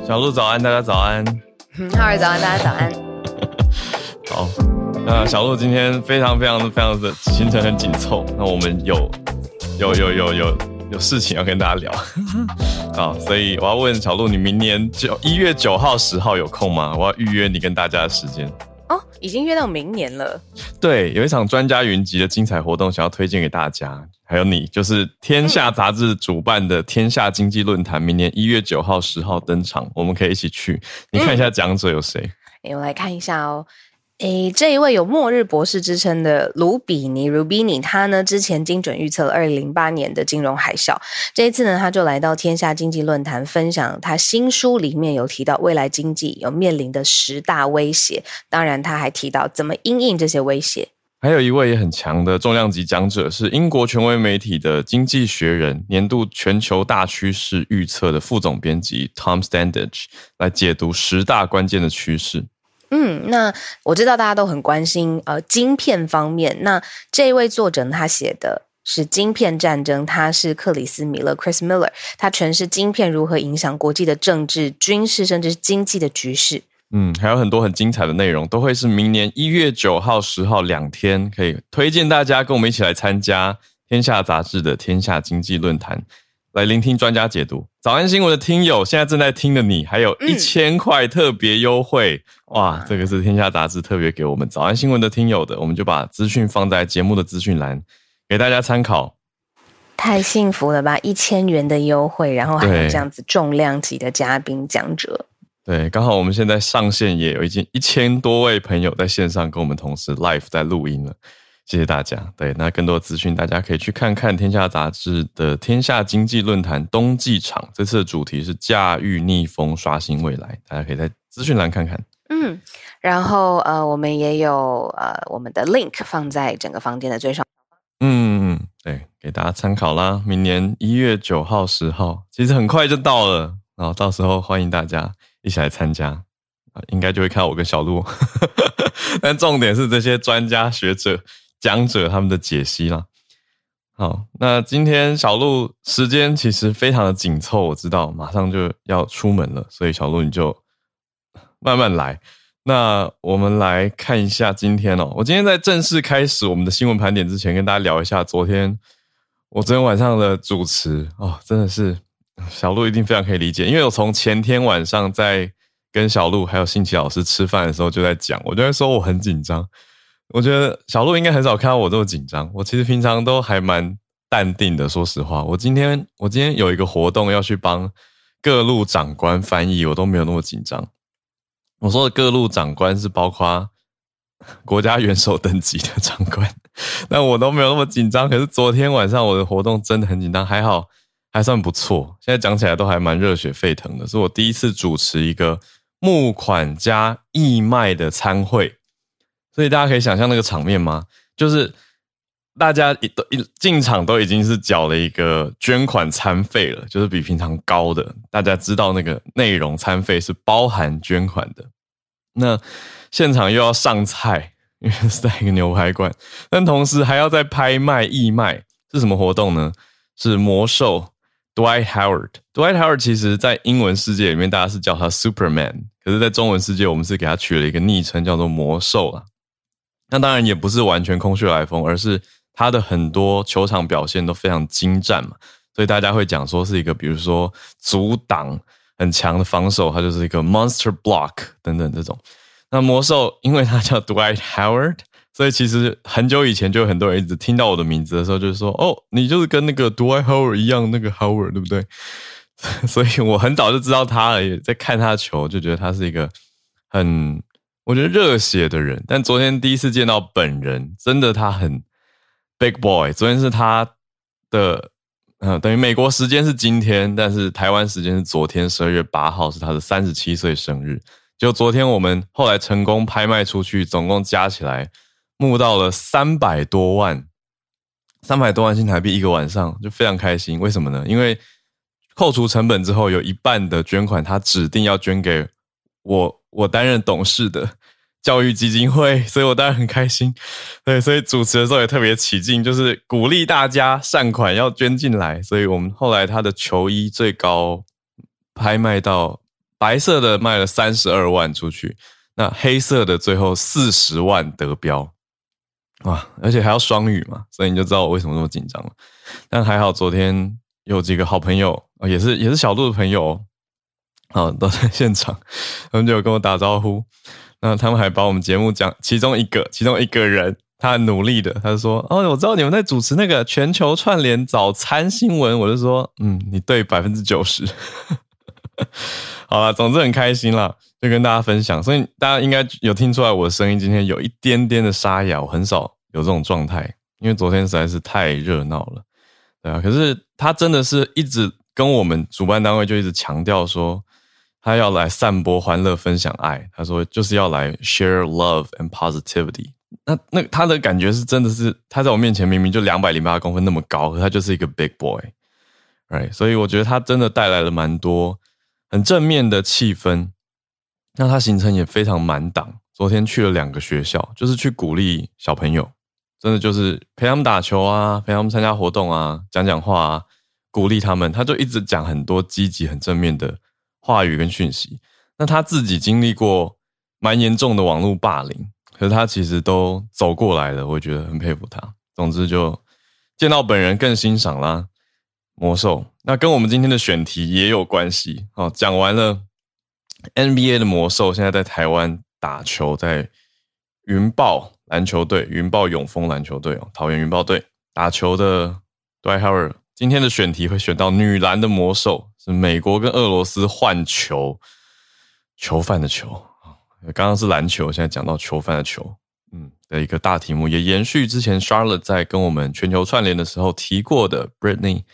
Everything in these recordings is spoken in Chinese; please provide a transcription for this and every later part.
小鹿早安，大家早安。 浩儿早安，大家早安。 好，那小鹿今天非常的行程很紧凑，那我们有事情要跟大家聊。好，所以我要问小鹿，你明年1月9号、10号有空吗？我要预约你跟大家的时间。 哦，已经约到明年了。 对，有一场专家云集的精彩活动想要推荐给大家，还有你，就是天下杂志主办的天下经济论坛，明年1月9号、10号登场，我们可以一起去。你看一下讲者有谁？ 我来看一下哦。这一位有末日博士之称的卢比尼 Rubini， 他呢之前精准预测了2008年的金融海啸。这一次呢，他就来到天下经济论坛分享他新书里面有提到未来经济有面临的10大威胁，当然他还提到怎么因应这些威胁。 还有一位也很强的重量级讲者是英国权威媒体的《经济学人》年度全球大趋势预测的副总编辑 Tom Standage 来解读10大关键的趋势。 那我知道大家都很关心晶片方面，那这一位作者呢，他写的是晶片战争，他是克里斯米勒 Chris Miller， 他诠释晶片如何影响国际的政治、军事甚至是经济的局势。 还有很多很精彩的内容，都会是明年1月9号、10号2天，可以推荐大家跟我们一起来参加天下杂志的天下经济论坛，来聆听专家解读。早安新闻的听友，现在正在听的你，还有1000块特别优惠。哇，这个是天下杂志特别给我们早安新闻的听友的，我们就把资讯放在节目的资讯栏，给大家参考。 太幸福了吧，1000元的优惠，然后还有这样子重量级的嘉宾讲者。 对，刚好我们现在上线也有已经1000多位朋友在线上跟我们同时 live 在录音了，谢谢大家。对，那更多的资讯大家可以去看看天下杂志的天下经济论坛冬季场，这次的主题是驾驭逆风刷新未来，大家可以在资讯栏看看。 然后我们也有我们的 link 放在整个房间的最上。 对，给大家参考啦。明年1月9号、10号，其实很快就到了，然后到时候欢迎大家一起来参加，应该就会看到我跟小鹿。但重点是这些专家学者讲者他们的解析啦。好，那今天小鹿时间其实非常的紧凑，我知道马上就要出门了，所以小鹿你就慢慢来。那我们来看一下今天我今天在正式开始我们的新闻盘点之前，跟大家聊一下昨天晚上的主持真的是小鹿一定非常可以理解，因为我从前天晚上在跟小鹿还有信奇老师吃饭的时候就在讲，我就在说我很紧张。我觉得小鹿应该很少看到我这么紧张，我其实平常都还蛮淡定的，说实话。我今天有一个活动要去帮各路长官翻译，我都没有那么紧张。我说的各路长官是包括国家元首等级的长官，但我都没有那么紧张。可是昨天晚上我的活动真的很紧张，还好还算不错，现在讲起来都还蛮热血沸腾的，是我第一次主持一个募款加义卖的餐会。所以大家可以想象那个场面吗？就是大家进场都已经是缴了一个捐款餐费了，就是比平常高的，大家知道那个内容餐费是包含捐款的。那现场又要上菜，因为是在一个牛排馆，但同时还要再拍卖义卖。是什么活动呢？是魔兽 Dwight Howard。Dwight Howard 其实在英文世界里面大家是叫他 Superman， 可是在中文世界我们是给他取了一个昵称叫做魔兽啦。那当然也不是完全空穴来风，而是他的很多球场表现都非常精湛嘛，所以大家会讲说是一个比如说阻挡很强的防守，他就是一个 monster block 等等这种。那魔兽因为他叫 Dwight Howard， 所以其实很久以前就有很多人一直听到我的名字的时候就是说你就是跟那个 Dwight Howard 一样那个 Howard 对不对？所以我很早就知道他了，也在看他的球就觉得他是一个很我觉得热血的人。但昨天第一次见到本人，真的他很 big boy。昨天是他的等于美国时间是今天，但是台湾时间是昨天12月8号是他的37岁生日。就昨天我们后来成功拍卖出去，总共加起来募到了300多万新台币一个晚上，就非常开心。为什么呢？因为扣除成本之后，有一半的捐款他指定要捐给我担任董事的教育基金会，所以我当然很开心。对，所以主持的时候也特别起劲，就是鼓励大家善款要捐进来。所以我们后来他的球衣最高拍卖到白色的卖了32万出去，那黑色的最后40万得标。哇，而且还要双语嘛，所以你就知道我为什么那么紧张了。但还好昨天有几个好朋友，也是小鹿的朋友都在现场，他们就有跟我打招呼。那他们还把我们节目讲其中一个人，他很努力的，他就说我知道你们在主持那个全球串联早餐新闻，我就说你对 90%。好啦，总之很开心啦，就跟大家分享。所以大家应该有听出来我的声音今天有一点点的沙哑，我很少有这种状态，因为昨天实在是太热闹了。对啊，可是他真的是一直跟我们主办单位就一直强调说他要来散播欢乐分享爱，他说就是要来 share love and positivity。 那他的感觉是真的是他在我面前明明就208公分那么高，可他就是一个 big boy right？ 所以我觉得他真的带来了蛮多很正面的气氛。那他行程也非常满档，昨天去了2个学校，就是去鼓励小朋友，真的就是陪他们打球啊，陪他们参加活动啊，讲话啊，鼓励他们。他就一直讲很多积极很正面的话语跟讯息。那他自己经历过蛮严重的网络霸凌，可是他其实都走过来了，我觉得很佩服他。总之就见到本人更欣赏啦。魔兽那跟我们今天的选题也有关系。讲完了 NBA 的魔兽现在在台湾打球，在云豹篮球队，云豹永丰篮球队桃园云豹队打球的 Dwight Howard。 今天的选题会选到女篮的魔兽，是美国跟俄罗斯换囚犯的囚，刚刚是篮球，现在讲到囚犯的囚的一个大题目，也延续之前 Charlotte 在跟我们全球串联的时候提过的 Brittany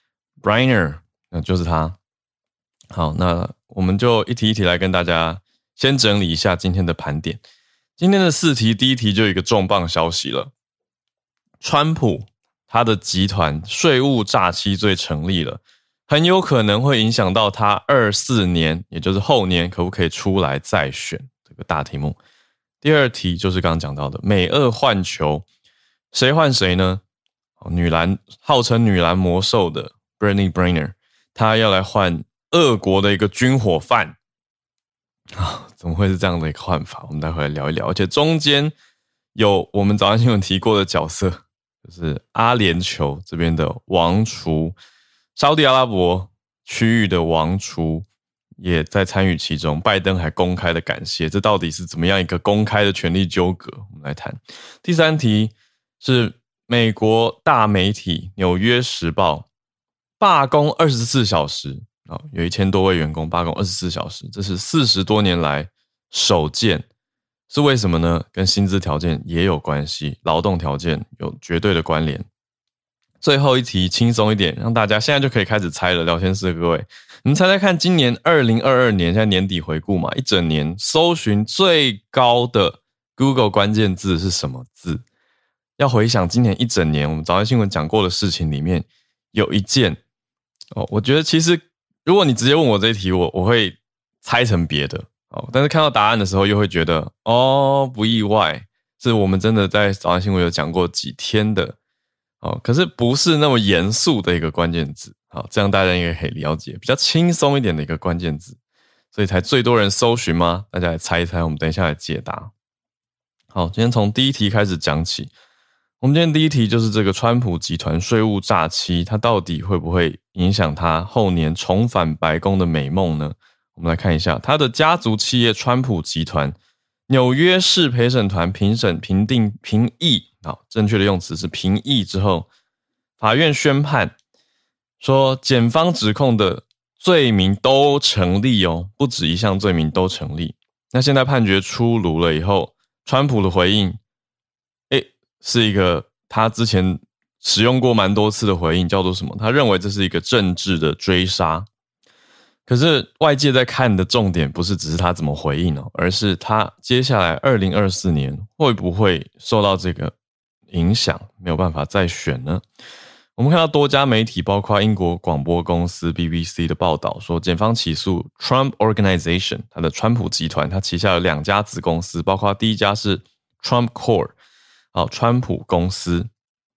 Griner， 那就是他。好，那我们就一题一题来跟大家先整理一下今天的盘点。今天的4题，第一题就有一个重磅消息了，川普他的集团税务诈欺罪成立了，很有可能会影响到他24年，也就是后年可不可以出来再选，这个大题目。第二题就是刚刚讲到的美俄换球，谁换谁呢？女篮号称女篮魔兽的 Brittany Griner， 她要来换俄国的一个军火贩怎么会是这样的一个换法？我们待会来聊一聊。而且中间有我们早上新闻提过的角色，就是阿联酋这边的王储，沙特阿拉伯区域的王储也在参与其中，拜登还公开的感谢，这到底是怎么样一个公开的权力纠葛？我们来谈。第三题是美国大媒体纽约时报罢工24小时，有1000多位员工罢工24小时，这是40多年来首见。是为什么呢？跟薪资条件也有关系，劳动条件有绝对的关联。最后一题轻松一点，让大家现在就可以开始猜了，聊天室的各位，你们猜猜看，今年2022年现在年底回顾嘛，一整年搜寻最高的 Google 关键字是什么字？要回想今年一整年我们早安新闻讲过的事情里面有一件我觉得其实如果你直接问我这一题，我会猜成别的但是看到答案的时候又会觉得不意外，是我们真的在早安新闻有讲过几天的可是不是那么严肃的一个关键字。好，这样大家应该可以了解，比较轻松一点的一个关键字，所以才最多人搜寻吗？大家来猜一猜，我们等一下来解答。好，今天从第一题开始讲起。我们今天第一题就是这个川普集团税务诈欺，它到底会不会影响他后年重返白宫的美梦呢？我们来看一下他的家族企业川普集团纽约市陪审团评议正确的用词是评议之后，法院宣判说检方指控的罪名都成立不止一项罪名都成立。那现在判决出炉了以后，川普的回应是一个他之前使用过蛮多次的回应，叫做什么？他认为这是一个政治的追杀。可是外界在看的重点不是只是他怎么回应而是他接下来2024年会不会受到这个影响，没有办法再选呢？我们看到多家媒体包括英国广播公司 BBC 的报道说，检方起诉 Trump Organization， 他的川普集团，他旗下有2家子公司，包括第一家是 Trump Corp， 川普公司，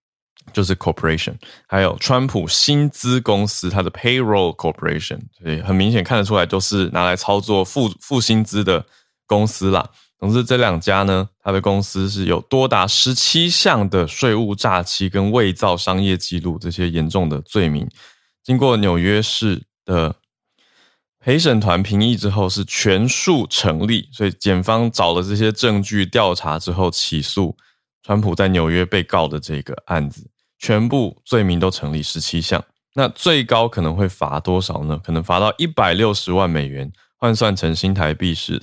就是 corporation， 还有川普薪资公司，它的 payroll corporation， 所以很明显看得出来都是拿来操作付薪资的公司啦。总之这两家呢，它的公司是有多达17项的税务诈欺跟伪造商业记录这些严重的罪名，经过纽约市的陪审团评议之后是全数成立，所以检方找了这些证据调查之后起诉川普在纽约被告的这个案子，全部罪名都成立17项。那最高可能会罚多少呢？可能罚到160万美元，换算成新台币是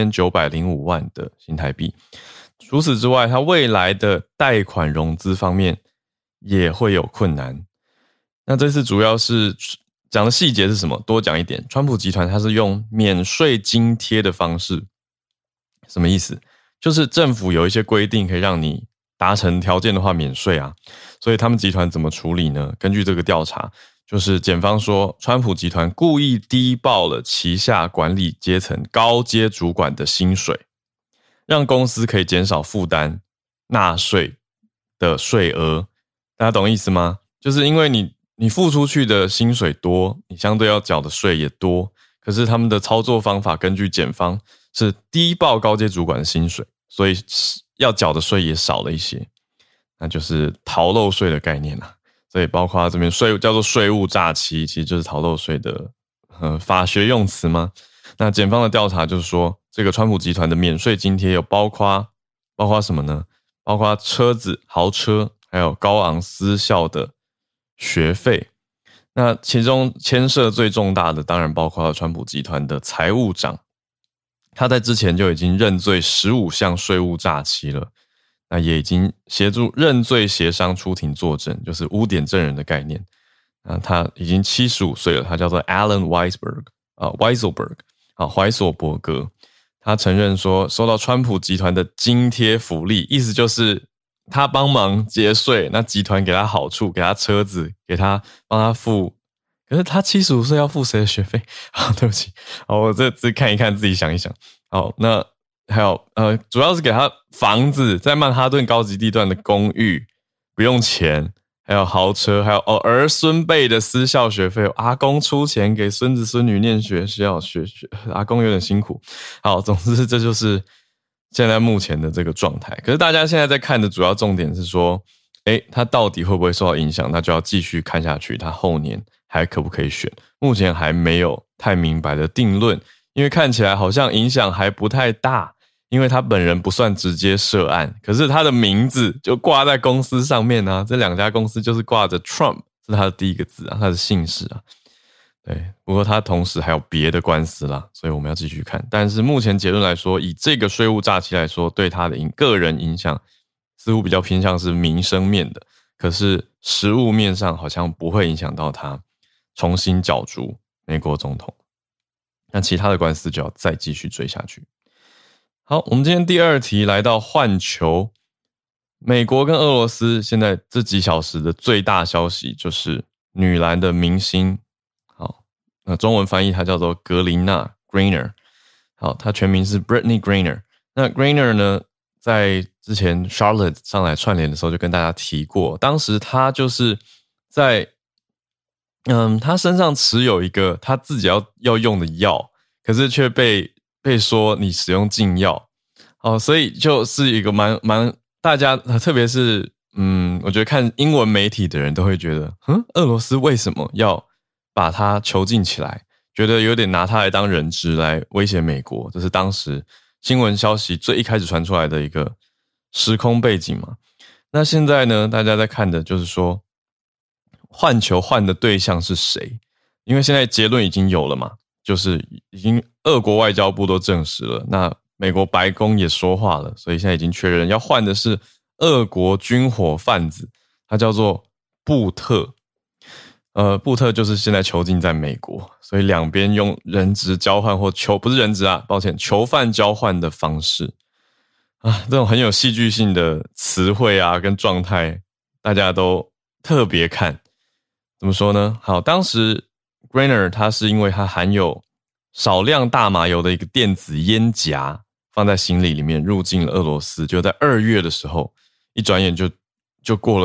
4905万的新台币。除此之外，他未来的贷款融资方面也会有困难。那这次主要是讲的细节是什么？多讲一点。川普集团它是用免税津贴的方式，什么意思？就是政府有一些规定可以让你达成条件的话免税啊，所以他们集团怎么处理呢？根据这个调查，就是检方说川普集团故意低报了旗下管理阶层高阶主管的薪水，让公司可以减少负担纳税的税额。大家懂意思吗？就是因为你付出去的薪水多，你相对要缴的税也多，可是他们的操作方法根据检方是低报高阶主管的薪水，所以要缴的税也少了一些，那就是逃漏税的概念啦。所以包括这边叫做税务诈欺，其实就是逃漏税的法学用词嘛。那检方的调查就是说，这个川普集团的免税津贴有包括什么呢？包括车子、豪车，还有高昂私校的学费。那其中牵涉最重大的当然包括了川普集团的财务长，他在之前就已经认罪15项税务诈欺了，那也已经协助认罪协商出庭作证，就是污点证人的概念。他已经75岁了，他叫做 Alan Weisselberg， 怀索伯格。他承认说收到川普集团的津贴福利，意思就是他帮忙节税，那集团给他好处，给他车子，帮他付。可是他75岁要付谁的学费？好，对不起。好，我这次看一看，自己想一想。好，那还有主要是给他房子，在曼哈顿高级地段的公寓，不用钱，还有豪车，还有儿孙辈的私校学费，阿公出钱给孙子孙女念学校，阿公有点辛苦。好，总之这就是现在目前的这个状态。可是大家现在在看的主要重点是说，他到底会不会受到影响？那就要继续看下去，他后年还可不可以选？目前还没有太明白的定论，因为看起来好像影响还不太大，因为他本人不算直接涉案，可是他的名字就挂在公司上面啊，这两家公司就是挂着 Trump， 是他的第一个字啊，他的姓氏啊。对，不过他同时还有别的官司啦，所以我们要继续看。但是目前结论来说，以这个税务诈欺来说，对他的个人影响似乎比较偏向是民生面的，可是实务面上好像不会影响到他重新角逐美国总统。那其他的官司就要再继续追下去。好，我们今天第二题来到换球。美国跟俄罗斯现在这几小时的最大消息就是女篮的明星，好，那中文翻译它叫做格琳娜 Griner。好，她全名是 Brittney Griner。那 Griner 呢，在之前 Charlotte 上来串联的时候就跟大家提过，当时她就是在她身上持有一个她自己要用的药，可是却被说你使用禁药。所以就是一个蛮大家特别是我觉得看英文媒体的人都会觉得俄罗斯为什么要把他囚禁起来，觉得有点拿他来当人质来威胁美国，这是当时新闻消息最一开始传出来的一个时空背景嘛。那现在呢，大家在看的就是说换球换的对象是谁，因为现在结论已经有了嘛，就是已经俄国外交部都证实了，那美国白宫也说话了，所以现在已经确认要换的是俄国军火贩子，他叫做布特。布特就是现在囚禁在美国，所以两边用人质交换或不是人质啊，抱歉，囚犯交换的方式啊，这种很有戏剧性的词汇啊跟状态，大家都特别看。怎么说呢？好，当时 Griner 他是因为他含有少量大麻油的一个电子烟夹放在行李里面入境了俄罗斯，就在2月的时候，一转眼就过了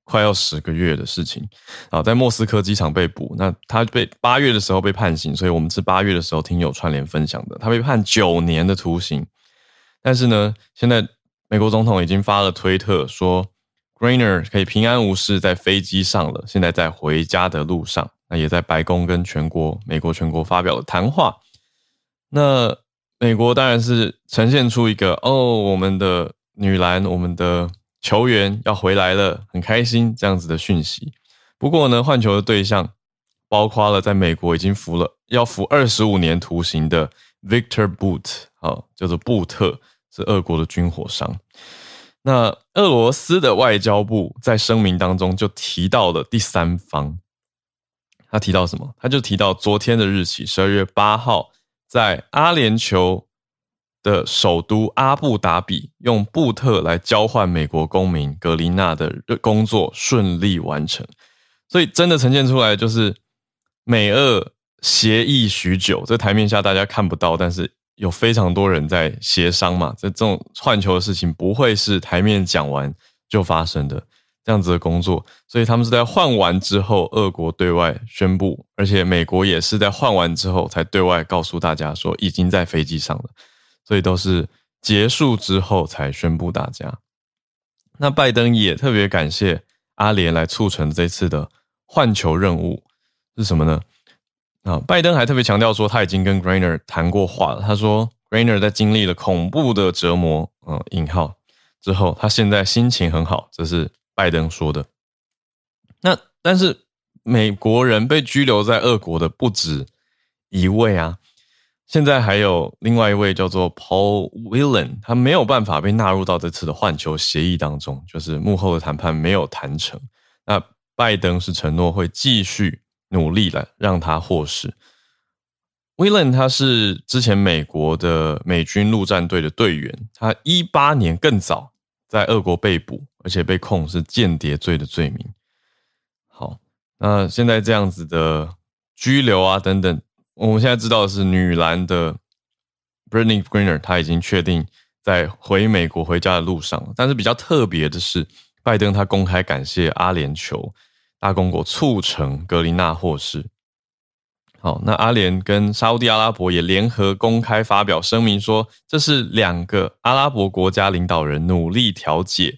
快要10个月的事情啊，在莫斯科机场被捕。那他被8月的时候被判刑，所以我们是8月的时候听友串联分享的。他被判9年的徒刑，但是呢，现在美国总统已经发了推特说 Grainer 可以平安无事在飞机上了，现在在回家的路上。那也在白宫跟美国全国发表了谈话。那美国当然是呈现出一个我们的女篮，我们的球员要回来了，很开心这样子的讯息。不过呢，换球的对象包括了在美国已经要服25年徒刑的 Victor Bout， 叫做布特，是俄国的军火商。那俄罗斯的外交部在声明当中就提到了第三方，他提到什么？他就提到昨天的日期12月8号在阿联酋的首都阿布达比用布特来交换美国公民格林纳的工作顺利完成。所以真的呈现出来就是美俄协议许久，这台面下大家看不到，但是有非常多人在协商嘛，这种换球的事情不会是台面讲完就发生的这样子的工作，所以他们是在换完之后俄国对外宣布，而且美国也是在换完之后才对外告诉大家说已经在飞机上了，所以都是结束之后才宣布大家。那拜登也特别感谢阿联来促成这次的换球任务是什么呢？拜登还特别强调说他已经跟 Grainer 谈过话了，他说 Grainer 在经历了恐怖的折磨引号之后，他现在心情很好，这是拜登说的。那但是美国人被拘留在俄国的不止一位啊，现在还有另外一位叫做 Paul Whelan， 他没有办法被纳入到这次的换球协议当中，就是幕后的谈判没有谈成。那拜登是承诺会继续努力来让他获释。Whelan 他是之前美国的美军陆战队的队员，他18年更早在俄国被捕，而且被控是间谍罪的罪名。好，那现在这样子的拘留啊等等，我们现在知道的是女篮的 Brittney Griner 她已经确定在回美国回家的路上了。但是比较特别的是，拜登他公开感谢阿联酋大公国促成格林纳获释。好，那阿联跟沙烏地阿拉伯也联合公开发表声明说，这是2个阿拉伯国家领导人努力调解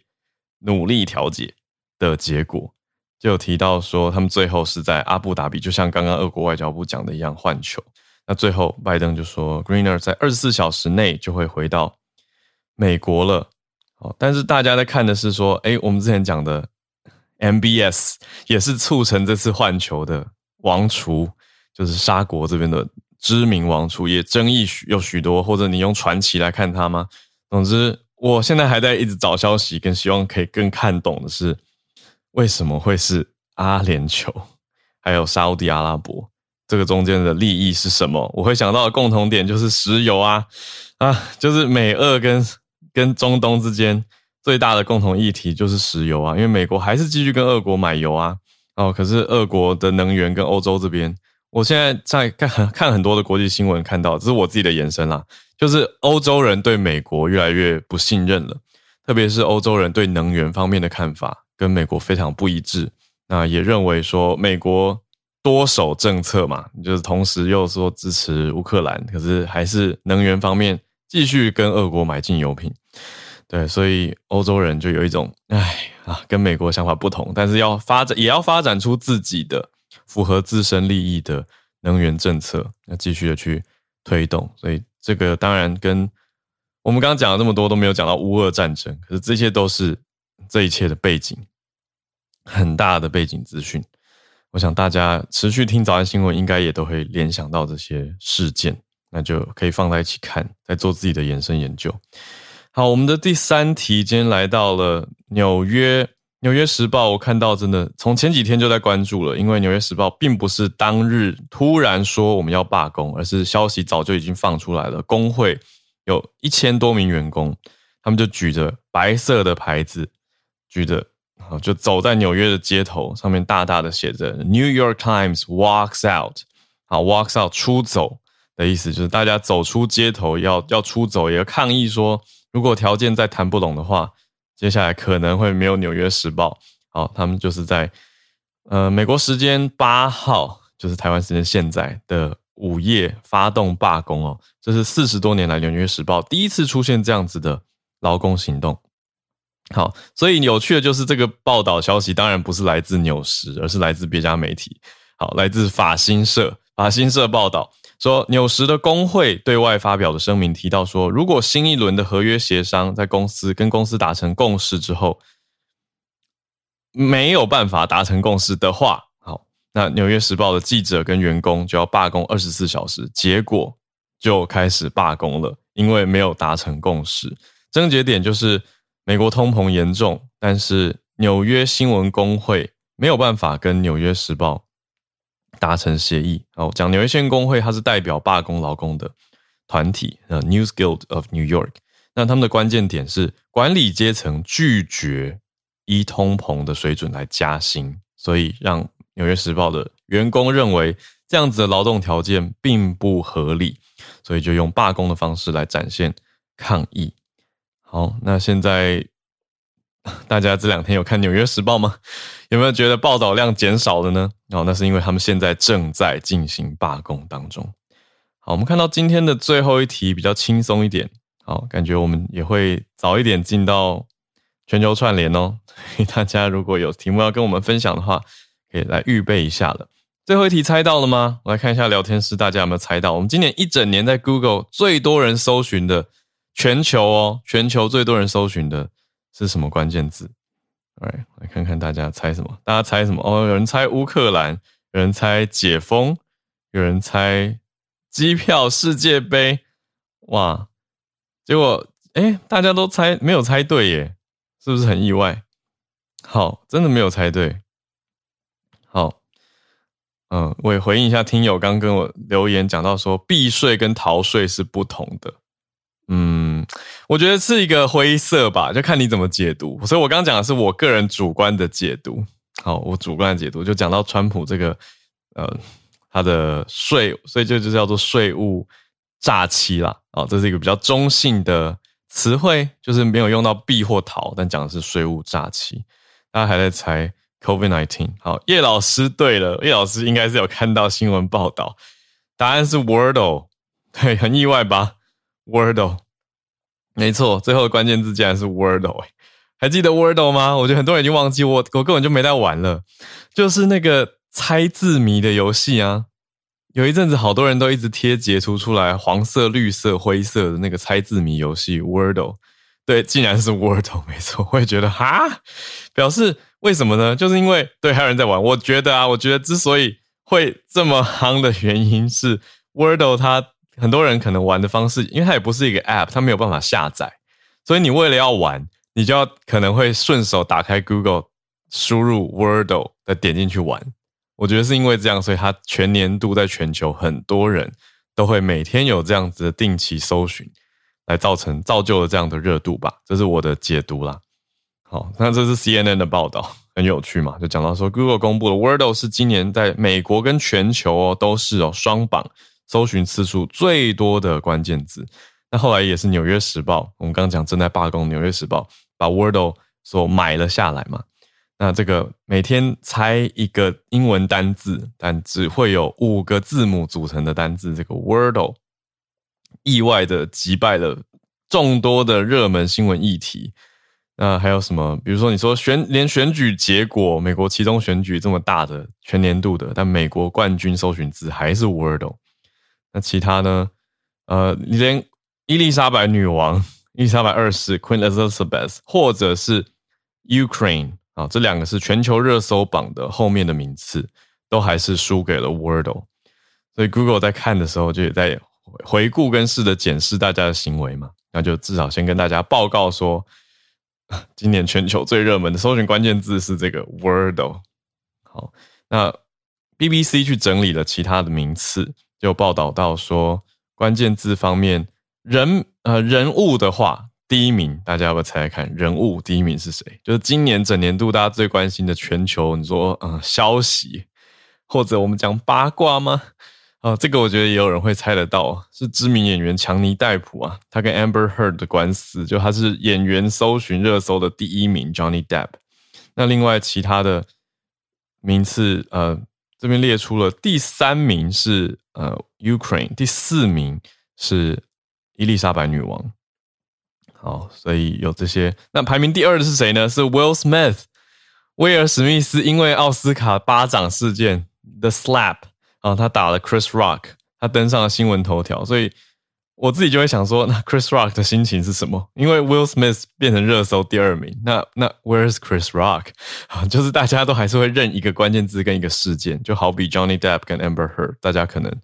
的结果。就有提到说他们最后是在阿布达比，就像刚刚俄国外交部讲的一样换球。那最后拜登就说 Griner 在24小时内就会回到美国了。但是大家在看的是说我们之前讲的 MBS 也是促成这次换球的王储，就是沙国这边的知名王储，也争议有许多，或者你用传奇来看他吗？总之我现在还在一直找消息，跟希望可以更看懂的是为什么会是阿联酋还有沙烏地阿拉伯，这个中间的利益是什么？我会想到的共同点就是石油啊，就是美俄跟中东之间最大的共同议题就是石油啊，因为美国还是继续跟俄国买油啊，可是俄国的能源跟欧洲这边，我现在在看很多的国际新闻看到，这是我自己的延伸啦，就是欧洲人对美国越来越不信任了，特别是欧洲人对能源方面的看法跟美国非常不一致，那也认为说美国多手政策嘛，就是同时又说支持乌克兰，可是还是能源方面继续跟俄国买进油品。对，所以欧洲人就有一种跟美国想法不同，但是也要发展出自己的符合自身利益的能源政策，要继续的去推动。所以这个当然跟我们刚刚讲了这么多都没有讲到乌俄战争，可是这些都是这一切的背景，很大的背景资讯。我想大家持续听早安新闻应该也都会联想到这些事件，那就可以放在一起看，再做自己的延伸研究。好，我们的第3题今天来到了纽约时报，我看到真的从前几天就在关注了，因为纽约时报并不是当日突然说我们要罢工，而是消息早就已经放出来了，工会有1000多名员工，他们就举着白色的牌子，就走在纽约的街头，上面大大的写着 New York Times walks out。 好， walks out 出走的意思就是大家走出街头，要出走，也要抗议说如果条件再谈不拢的话，接下来可能会没有纽约时报。 好，他们就是在美国时间8号，就是台湾时间现在的午夜发动罢工哦，这是40多年来纽约时报第一次出现这样子的劳工行动。好，所以有趣的就是这个报道消息当然不是来自纽时，而是来自别家媒体。好，来自法新社报道说，纽时的工会对外发表的声明提到说，如果新一轮的合约协商在跟公司达成共识之后，没有办法达成共识的话，好，那纽约时报的记者跟员工就要罢工24小时，结果就开始罢工了，因为没有达成共识。症结点就是美国通膨严重，但是纽约新闻工会没有办法跟纽约时报达成协议。讲纽约新闻工会，它是代表罢工劳工的团体，News Guild of New York。那他们的关键点是管理阶层拒绝依通膨的水准来加薪，所以让纽约时报的员工认为这样子的劳动条件并不合理，所以就用罢工的方式来展现抗议。好，那现在大家这2天有看纽约时报吗？有没有觉得报道量减少了呢？那是因为他们现在正在进行罢工当中。好，我们看到今天的最后一题比较轻松一点。好，感觉我们也会早一点进到全球串联哦，所以大家如果有题目要跟我们分享的话，可以来预备一下了。最后一题猜到了吗？我来看一下聊天室，大家有没有猜到？我们今年一整年在 Google 最多人搜寻的全球最多人搜寻的是什么关键字？ Alright， 来看看大家猜什么。大家猜什么？有人猜乌克兰，有人猜解封，有人猜机票世界杯。哇，结果大家都没有猜对耶，是不是很意外？好，真的没有猜对。好，我也回应一下听友刚跟我留言讲到说避税跟逃税是不同的。我觉得是一个灰色吧，就看你怎么解读。所以我刚刚讲的是我个人主观的解读。好，我主观的解读就讲到川普这个他的税，所以就叫做税务诈欺啦。这是一个比较中性的词汇，就是没有用到避或逃，但讲的是税务诈欺。大家还在猜 COVID-19。 好，叶老师对了，叶老师应该是有看到新闻报道，答案是 Wordle。 对，很意外吧？ Wordle 没错，最后的关键字竟然是 Wordle。 还记得 Wordle 吗？我觉得很多人已经忘记，我根本就没在玩了，就是那个猜字谜的游戏啊。有一阵子好多人都一直贴截图出来，黄色、绿色、灰色的那个猜字谜游戏 Wordle。 对，竟然是 Wordle， 没错。我也觉得表示为什么呢？就是因为对还有人在玩。我觉得之所以会这么夯的原因是 Wordle 它很多人可能玩的方式，因为它也不是一个 App， 它没有办法下载，所以你为了要玩，你就要可能会顺手打开 Google 输入 Wordle 再点进去玩。我觉得是因为这样，所以它全年度在全球很多人都会每天有这样子的定期搜寻，来造就了这样的热度吧。这是我的解读啦。好，那这是 CNN 的报道，很有趣嘛，就讲到说 Google 公布了 Wordle 是今年在美国跟全球都是双榜搜寻次数最多的关键字。那后来也是纽约时报，我们刚刚讲正在罢工纽约时报把 Wordle 所买了下来嘛。那这个每天猜一个英文单字，但只会有5个字母组成的单字，这个 Wordle 意外的击败了众多的热门新闻议题。那还有什么？比如说你说连选举结果，美国期中选举这么大的全年度的，但美国冠军搜寻字还是 Wordle。那其他呢？连伊丽莎白女王、伊丽莎白2世 Queen Elizabeth 或者是 Ukraine 这2个是全球热搜榜的后面的名次，都还是输给了 Wordle。所以 Google 在看的时候就也在回顾跟试着检视大家的行为嘛，那就至少先跟大家报告说，今年全球最热门的搜寻关键字是这个 Wordle。 好，那 BBC 去整理了其他的名次，就报道到说关键字方面人物的话，第一名大家要不要猜猜看，人物第一名是谁？就是今年整年度大家最关心的全球你说消息，或者我们讲八卦吗？这个我觉得也有人会猜得到，是知名演员强尼戴普啊，他跟 Amber Heard 的官司，就他是演员搜寻热搜的第一名 Johnny Depp。 那另外其他的名次这边列出了第3名是Ukraine， 第4名是伊丽莎白女王。好，所以有这些。那排名第2的是谁呢？是 Will Smith， 威尔史密斯，因为奥斯卡巴掌事件 The Slap 他打了 Chris Rock， 他登上了新闻头条，所以我自己就会想说，那 Chris Rock 的心情是什么？因为 Will Smith 变成热搜第2名，那 Where's Chris Rock？ 就是大家都还是会认一个关键字跟一个事件，就好比 Johnny Depp 跟 Amber Heard， 大家可能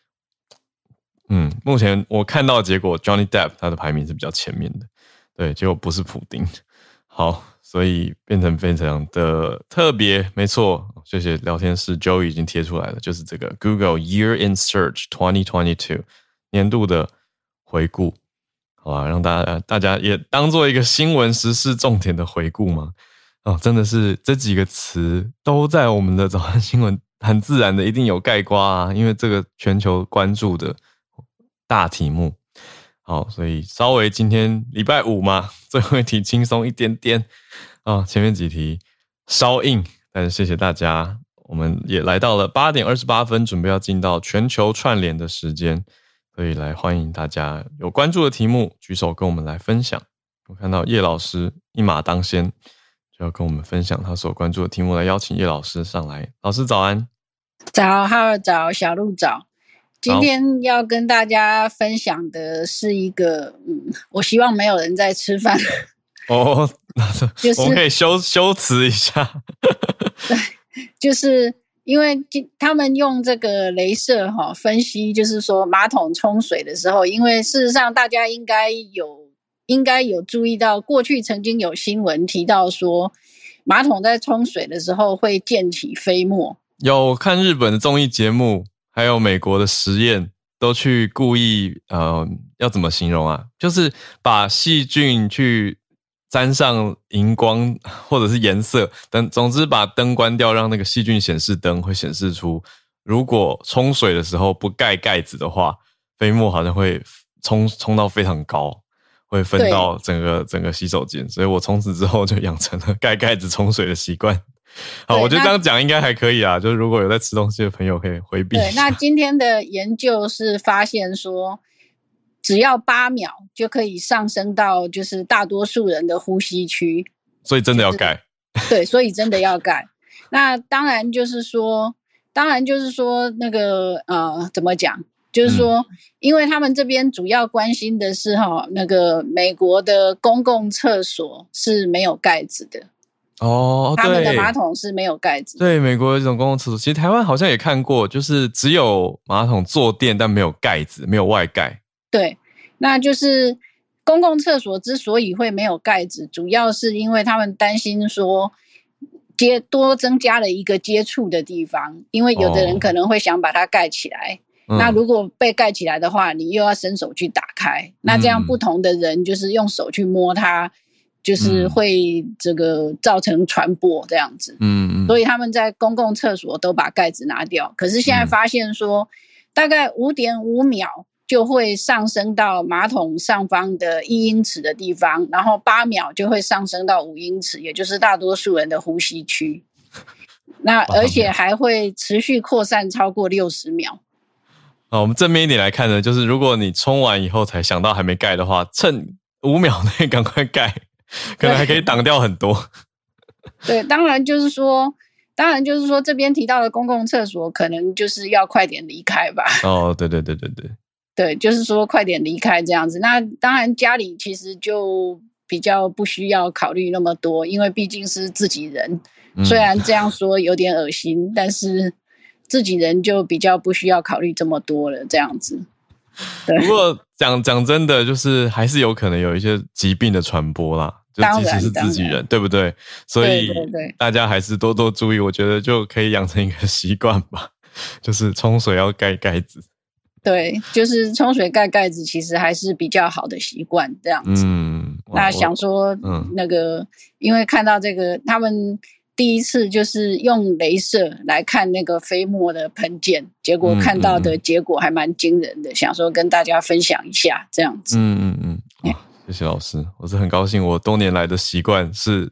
目前我看到的结果 Johnny Depp 他的排名是比较前面的，对，结果不是普丁。好，所以变成非常的特别，没错，谢谢聊天室 Joey 已经贴出来了，就是这个 Google Year in Search 2022年度的回顾，好吧，让大家也当做一个新闻时事重点的回顾嘛。真的是这几个词都在我们的早安新闻很自然的一定有概括啊，因为这个全球关注的大题目。好，所以稍微今天礼拜5嘛，最后一题轻松一点点前面几题稍硬，但是谢谢大家，我们也来到了8点28分，准备要进到全球串联的时间，所以来欢迎大家有关注的题目举手跟我们来分享。我看到叶老师一马当先，就要跟我们分享他所关注的题目，来邀请叶老师上来。老师早安。 早，浩儿早，小鹿早。今天要跟大家分享的是一个我希望没有人在吃饭就是我们可以修辞一下对，就是因为他们用这个雷射分析，就是说马桶冲水的时候，因为事实上大家应该有注意到，过去曾经有新闻提到说马桶在冲水的时候会溅起飞沫， 有看日本的综艺节目还有美国的实验都去故意要怎么形容啊，就是把细菌去沾上荧光或者是颜色，总之把灯关掉，让那个细菌显示灯会显示出，如果冲水的时候不盖盖子的话，飞沫好像会冲到非常高，会分到整个洗手间，所以我从此之后就养成了盖盖子冲水的习惯。好，我觉得这样讲应该还可以啊，就是如果有在吃东西的朋友可以回避一下。 对，那今天的研究是发现说，只要8秒就可以上升到就是大多数人的呼吸区， 所以真的要盖。 对，所以真的要盖。那当然就是说那个怎么讲？就是说，因为他们这边主要关心的是那个美国的公共厕所是没有盖子的。他们的马桶是没有盖子的。 对，美国有一种公共厕所，其实台湾好像也看过，就是只有马桶坐垫但没有盖子，没有外盖。 对，那就是公共厕所之所以会没有盖子，主要是因为他们担心说多增加了一个接触的地方，因为有的人可能会想把它盖起来，那如果被盖起来的话，你又要伸手去打开，那这样不同的人就是用手去摸它，就是会这个造成传播这样子。所以他们在公共厕所都把盖子拿掉。可是现在发现说，大概 5.5 秒就会上升到马桶上方的1英尺的地方，然后8秒就会上升到5英尺，也就是大多数人的呼吸区。那而且还会持续扩散超过60秒。 好，我们正面一点来看呢，就是如果你冲完以后才想到还没盖的话，趁5秒内赶快盖，可能还可以挡掉很多。 对，当然就是说这边提到的公共厕所可能就是要快点离开吧。对，就是说快点离开这样子。那当然家里其实就比较不需要考虑那么多，因为毕竟是自己人。虽然这样说有点恶心，但是自己人就比较不需要考虑这么多了这样子。 不过讲真的，就是还是有可能有一些疾病的传播啦，就即使是自己人，对不对？所以大家还是多多注意，我觉得就可以养成一个习惯吧，就是冲水要盖盖子。 对，就是冲水盖盖子其实还是比较好的习惯这样子。那想说那个因为看到这个他们第一次就是用雷射来看那个飞沫的喷溅，结果看到的结果还蛮惊人的，想说跟大家分享一下这样子。 谢谢老师，我是很高兴我多年来的习惯是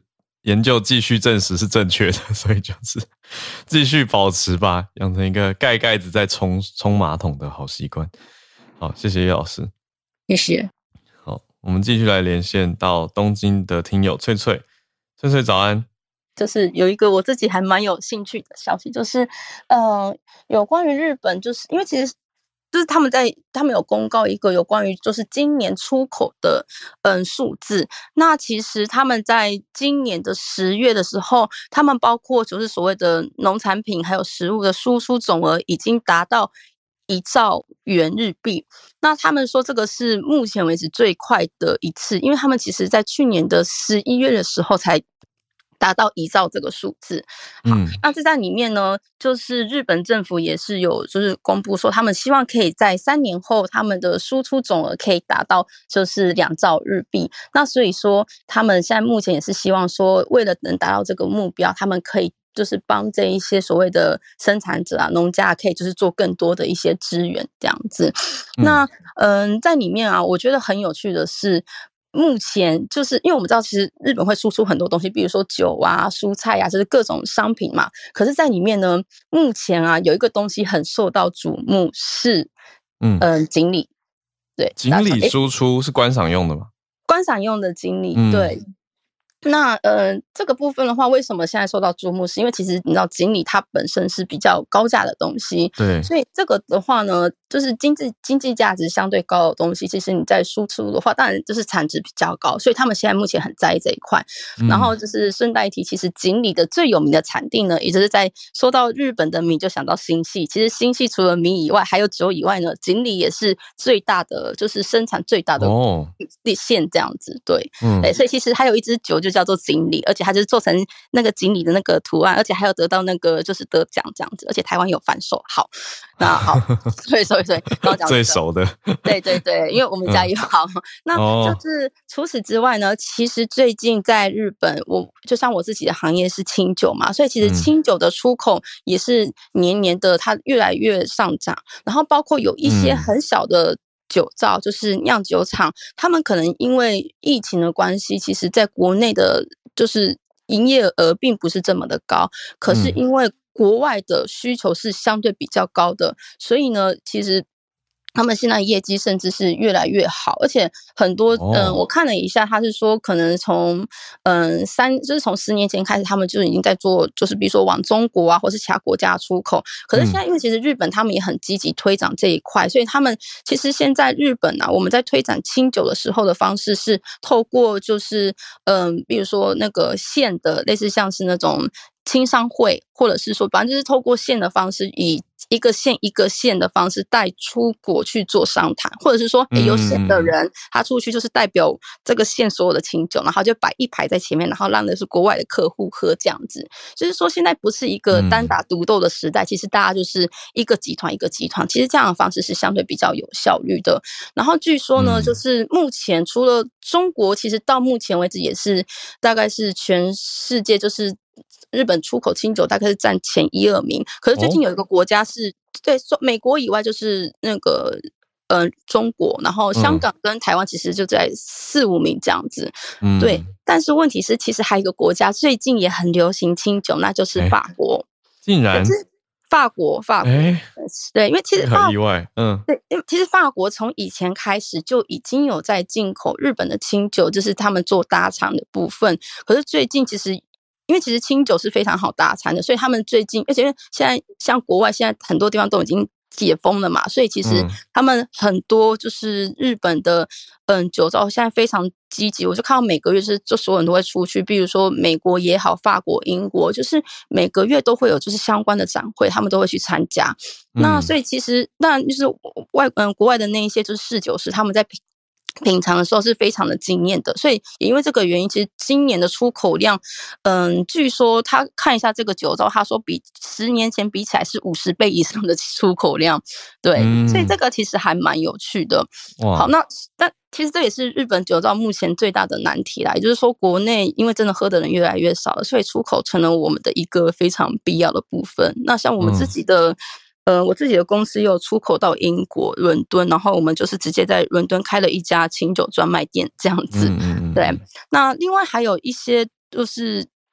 研究继续证实是正确的，所以就是继续保持吧，养成一个盖盖子再冲马桶的好习惯。好，谢谢叶老师。 谢谢。 好，我们继续来连线到东京的听友翠翠。翠翠早安。 就是有一个我自己还蛮有兴趣的消息，就是有关于日本，就是因为其实就是他们有公告一个有关于就是今年出口的数字。那其实他们在今年的10月的时候，他们包括就是所谓的农产品还有食物的输出总额已经达到1兆元日币。那他们说这个是目前为止最快的一次，因为他们其实在去年的11月的时候才达到1兆这个数字。好，那这在里面呢，就是日本政府也是有就是公布说，他们希望可以在3年后，他们的输出总额可以达到就是2兆日币。那所以说，他们现在目前也是希望说，为了能达到这个目标，他们可以就是帮这一些所谓的生产者啊、农家可以就是做更多的一些支援这样子。那在里面啊，我觉得很有趣的是，目前就是因为我们知道其实日本会输出很多东西，比如说酒啊、蔬菜啊，就是各种商品嘛。可是在里面呢，目前啊有一个东西很受到瞩目，是锦鲤。对， 锦鲤输出是观赏用的吗？ 观赏用的锦鲤，对。那这个部分的话，为什么现在受到注目？是因为其实你知道锦鲤它本身是比较高价的东西， 对， 所以这个的话呢，就是经济价值相对高的东西，其实你在输出的话，当然就是产值比较高，所以他们现在目前很在意这一块。然后就是顺带一提，其实锦鲤的最有名的产地呢，也就是在说到日本的米就想到新系，其实新系除了米以外，还有酒以外呢，锦鲤也是最大的，就是生产最大的县这样子，对，所以其实还有一支酒就叫做锦鲤，而且它就是做成那个锦鲤的那个图案，而且还有得到那个就是得奖这样子，而且台湾有贩售。好，那好，所以刚刚讲最熟的， 对对对，因为我们家有好。那就是除此之外呢，其实最近在日本，我就像我自己的行业是清酒嘛，所以其实清酒的出口也是年年的它越来越上涨，然后包括有一些很小的酒造，就是酿酒厂，他们可能因为疫情的关系，其实在国内的就是营业额并不是这么的高，可是因为国外的需求是相对比较高的，所以呢，其实他们现在业绩甚至是越来越好，而且很多我看了一下，他是说可能从就是从10年前开始，他们就已经在做，就是比如说往中国啊，或是其他国家出口。可是现在因为其实日本他们也很积极推展这一块，所以他们其实现在日本啊，我们在推展清酒的时候的方式是透过就是比如说那个县的类似像是那种青商会，或者是说反正就是透过县的方式，以一个县一个县的方式带出国去做商谈，或者是说有县的人他出去就是代表这个县所有的清酒，然后就摆一排在前面，然后让的是国外的客户喝这样子。就是说现在不是一个单打独斗的时代，其实大家就是一个集团一个集团，其实这样的方式是相对比较有效率的。然后据说呢，就是目前除了中国，其实到目前为止也是大概是全世界就是日本出口清酒大概是占前1、2名，可是最近有一个国家是对美国以外就是那个中国，然后香港跟台湾其实就在4、5名这样子，对。但是问题是，其实还有一个国家最近也很流行清酒，那就是法国。 竟然法国，对，因为其实很意外， 对，因为其实法国从以前开始就已经有在进口日本的清酒，就是他们做搭厂的部分。可是最近其实。因为其实清酒是非常好搭餐的，所以他们最近，而且因为现在像国外现在很多地方都已经解封了嘛，所以其实他们很多就是日本的酒造现在非常积极，我就看到每个月就所有人都会出去，比如说美国也好，法国、英国，就是每个月都会有就是相关的展会，他们都会去参加。那所以其实那就是国外的那一些就是侍酒师，他们在品尝的时候是非常的惊艳的，所以也因为这个原因，其实今年的出口量，据说他看一下这个酒造，他说比10年前比起来是50倍以上的出口量，对，所以这个其实还蛮有趣的。好，但其实这也是日本酒造目前最大的难题啦，也就是说国内因为真的喝的人越来越少了，所以出口成了我们的一个非常必要的部分。那像我们自己的。我自己的公司有出口到英国伦敦，然后我们就是直接在伦敦开了一家清酒专卖店这样子。对，那另外还有一些就是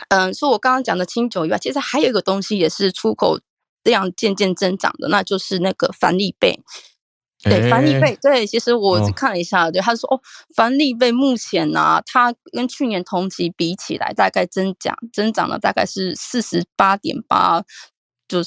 除我刚刚讲的清酒以外，其实还有一个东西也是出口量渐渐增长的，那就是那个帆立贝。对，帆立贝，对，其实我看了一下，对，他说帆立贝目前呢，它跟去年同期比起来，大概增长了大概是48.8%，就是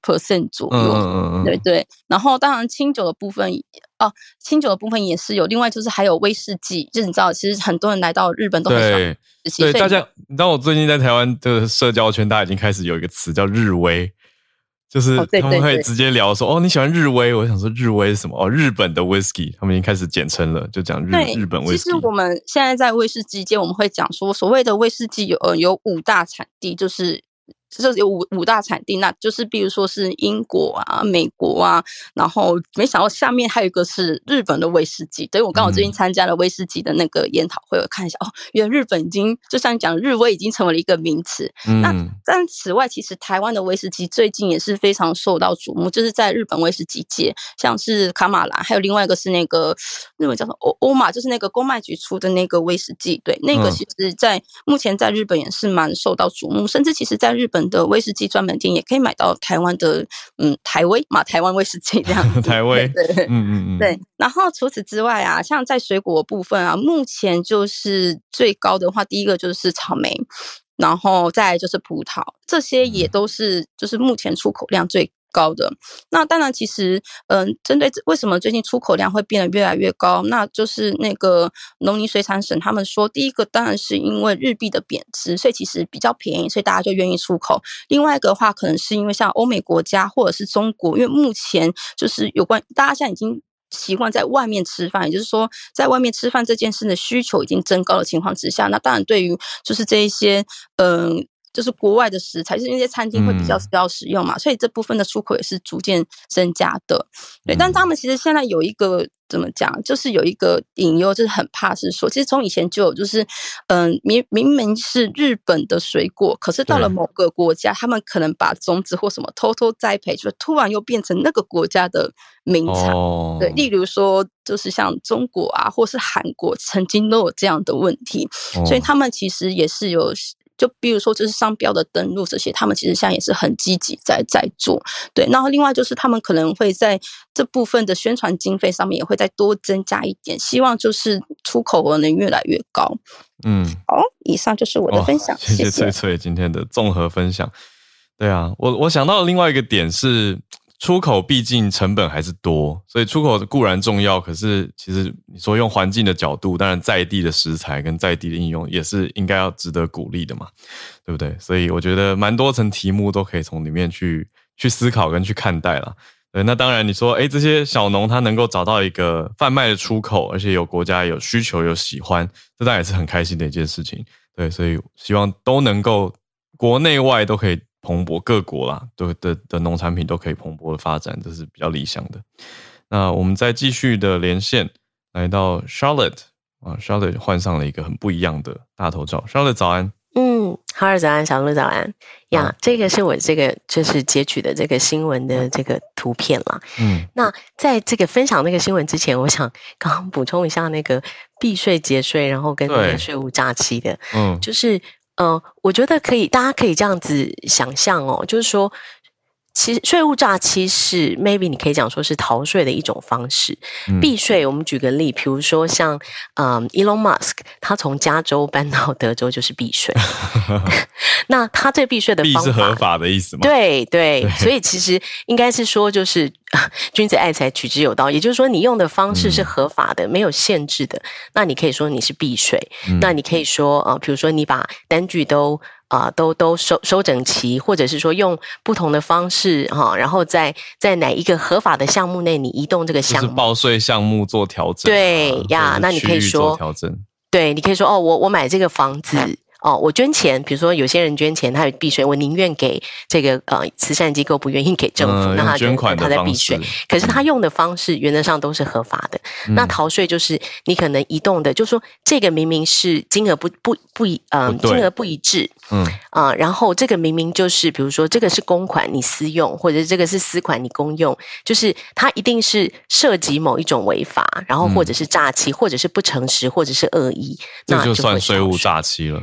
% 左右，对对。然后当然清酒的部分，清酒的部分也是有，另外就是还有威士忌，就是你知道，其实很多人来到日本都很喜欢。对， 大家，你知道我最近在台湾的社交圈，大家已经开始有一个词叫日威。就是他们会直接聊说你喜欢日威，我想说日威是什么？日本的 whisky， 他们已经开始简称了，就讲日本 whisky。 其实我们现在在威士忌界，我们会讲说，所谓的威士忌有5大产地，就是有五大产地，那就是比如说是英国啊、美国啊，然后没想到下面还有一个是日本的威士忌。对，我刚好最近参加了威士忌的那个研讨会，我看一下原来日本已经就像你讲日威已经成为了一个名词。那但此外，其实台湾的威士忌最近也是非常受到瞩目，就是在日本威士忌界，像是卡马兰，还有另外一个是那个日本叫做欧玛，就是那个公卖局出的那个威士忌。对，那个其实在目前在日本也是蛮受到瞩目，甚至其实在日本的威士忌专门店也可以买到台湾的台威嘛，台湾威士忌这样子。 台威， 对，对。然后除此之外啊，像在水果部分啊，目前就是最高的话，第一个就是草莓，然后再来就是葡萄，这些也都是就是目前出口量最高的。那当然其实针对为什么最近出口量会变得越来越高，那就是那个农林水产省他们说，第一个当然是因为日币的贬值，所以其实比较便宜，所以大家就愿意出口。另外一个的话可能是因为像欧美国家或者是中国，因为目前就是有关大家现在已经习惯在外面吃饭，也就是说在外面吃饭这件事的需求已经增高的情况之下，那当然对于就是这一些就是国外的食材，就是那些餐厅会比较需要使用嘛，所以这部分的出口也是逐渐增加的。对，但他们其实现在有一个怎么讲，就是有一个隐忧，就是很怕是说，其实从以前就有，就是明明是日本的水果，可是到了某个国家，他们可能把种子或什么偷偷栽培，就突然又变成那个国家的名产。对，例如说就是像中国啊，或是韩国，曾经都有这样的问题，所以他们其实也是有。就比如说就是商标的登录这些，他们其实现在也是很积极在做。对，然后另外就是他们可能会在这部分的宣传经费上面也会再多增加一点，希望就是出口额能越来越高。好，以上就是我的分享。 谢谢翠翠今天的综合分享。对啊，我想到的另外一个点是，出口毕竟成本还是多，所以出口固然重要，可是其实你说用环境的角度，当然在地的食材跟在地的应用也是应该要值得鼓励的嘛，对不对？所以我觉得蛮多层题目都可以从里面去思考跟去看待啦。对，那当然你说这些小农他能够找到一个贩卖的出口，而且有国家有需求有喜欢，这当然也是很开心的一件事情。对，所以希望都能够国内外都可以蓬勃，各国啦的农产品都可以蓬勃的发展，这是比较理想的。那我们再继续的连线来到 Charlotte 啊 ，Charlotte 换上了一个很不一样的大头照。Charlotte 早安。 哈尔早安，小鹿早安呀！这个是我这个就是截取的这个新闻的这个图片啦。那在这个分享那个新闻之前，我想刚刚补充一下那个避税节税，然后跟那个税务诈欺的，就是我觉得大家可以这样子想象哦，就是说。其实税务诈欺是 maybe 你可以讲说是逃税的一种方式。避税我们举个例，比如说像Elon Musk 他从加州搬到德州就是避税。那他这避税的方法，避是合法的意思吗？ 对，所以其实应该是说就是君子爱财取之有道，也就是说你用的方式是合法的，没有限制的，那你可以说你是避税。那你可以说比如说你把单据都收整齐，或者是说用不同的方式然后在哪一个合法的项目内你移动这个项目， 就是报税项目做调整。 对呀，那你可以说调整。 对，你可以说我买这个房子我捐钱，比如说有些人捐钱他有避税，我宁愿给这个慈善机构，不愿意给政府，那他捐款他在避税。可是他用的方式原则上都是合法的。那逃税就是你可能移动的，就是说这个明明是金额金额不一致，然后这个明明就是比如说这个是公款你私用，或者这个是私款你公用，就是它一定是涉及某一种违法，然后或者是诈欺，或者是不诚实，或者是恶意， 这就算税务诈欺了。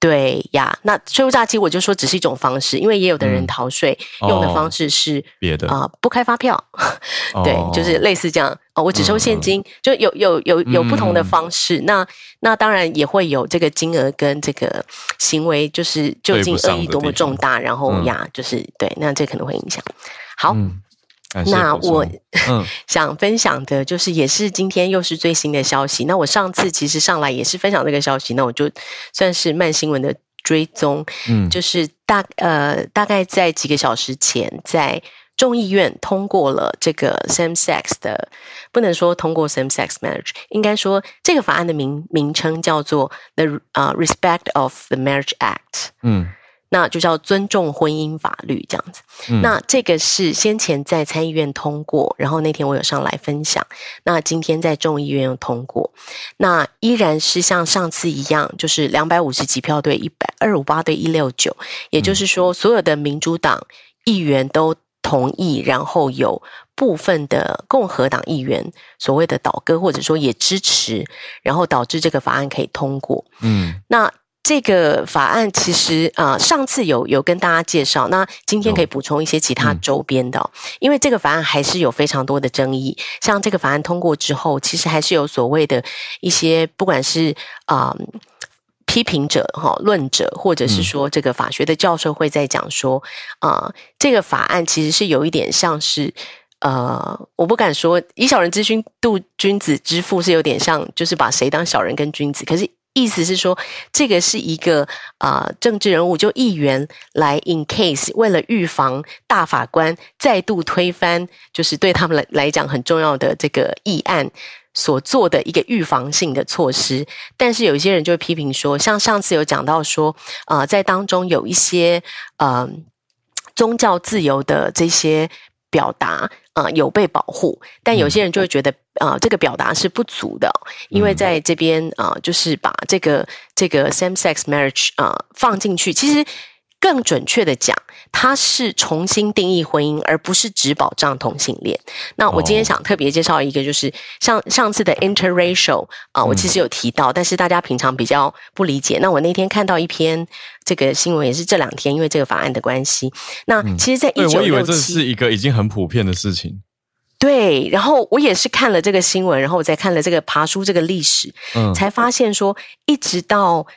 对呀，那税务诈欺我就说只是一种方式，因为也有的人逃税用的方式是别的不开发票，对，就是类似这样我只收现金，就有不同的方式。那当然也会有这个金额跟这个行为，就是究竟恶意多么重大，然后就是对，那这可能会影响。好。那我想分享的就是也是今天又是最新的消息。那我上次其实上来也是分享这个消息，那我就算是慢新闻的追踪，就是大概在几个小时前，在众议院通过了这个 same sex 的，不能说通过 same sex marriage， 应该说这个法案的名称叫做 The Respect of the Marriage Act。那就叫尊重婚姻法律这样子。那这个是先前在参议院通过，然后那天我有上来分享，那今天在众议院又通过，那依然是像上次一样，就是250几票对258对169，也就是说所有的民主党议员都同意，然后有部分的共和党议员所谓的倒戈，或者说也支持，然后导致这个法案可以通过。那这个法案其实上次有跟大家介绍，那今天可以补充一些其他周边的因为这个法案还是有非常多的争议，像这个法案通过之后，其实还是有所谓的一些不管是批评者论者，或者是说这个法学的教授会在讲说这个法案其实是有一点像是我不敢说以小人之心度君子之腹，是有点像就是把谁当小人跟君子，可是意思是说这个是一个政治人物就议员来 in case 为了预防大法官再度推翻就是对他们来讲很重要的这个议案所做的一个预防性的措施。但是有一些人就会批评说，像上次有讲到说在当中有一些宗教自由的这些表达有被保护，但有些人就会觉得这个表达是不足的，因为在这边就是把这个 same sex marriage 放进去，其实更准确的讲，它是重新定义婚姻，而不是只保障同性恋。那我今天想特别介绍一个，就是像上次的 interracial 我其实有提到，但是大家平常比较不理解。那我那天看到一篇这个新闻，也是这2天因为这个法案的关系。那其实在1967， 我以为这是一个已经很普遍的事情。 对，然后我也是看了这个新闻，然后我再看了这个爬书这个历史，才发现说一直到